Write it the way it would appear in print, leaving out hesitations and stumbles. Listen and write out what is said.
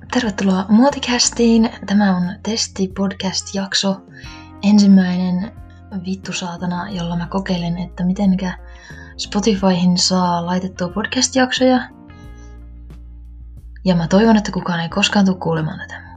Tervetuloa Muotikästiin. Tämä on testi-podcast-jakso. Ensimmäinen vittu saatana, jolla mä kokeilen, että mitenkä Spotifyhin saa laitettua podcast-jaksoja. Ja mä toivon, että kukaan ei koskaan tule kuulemaan tätä.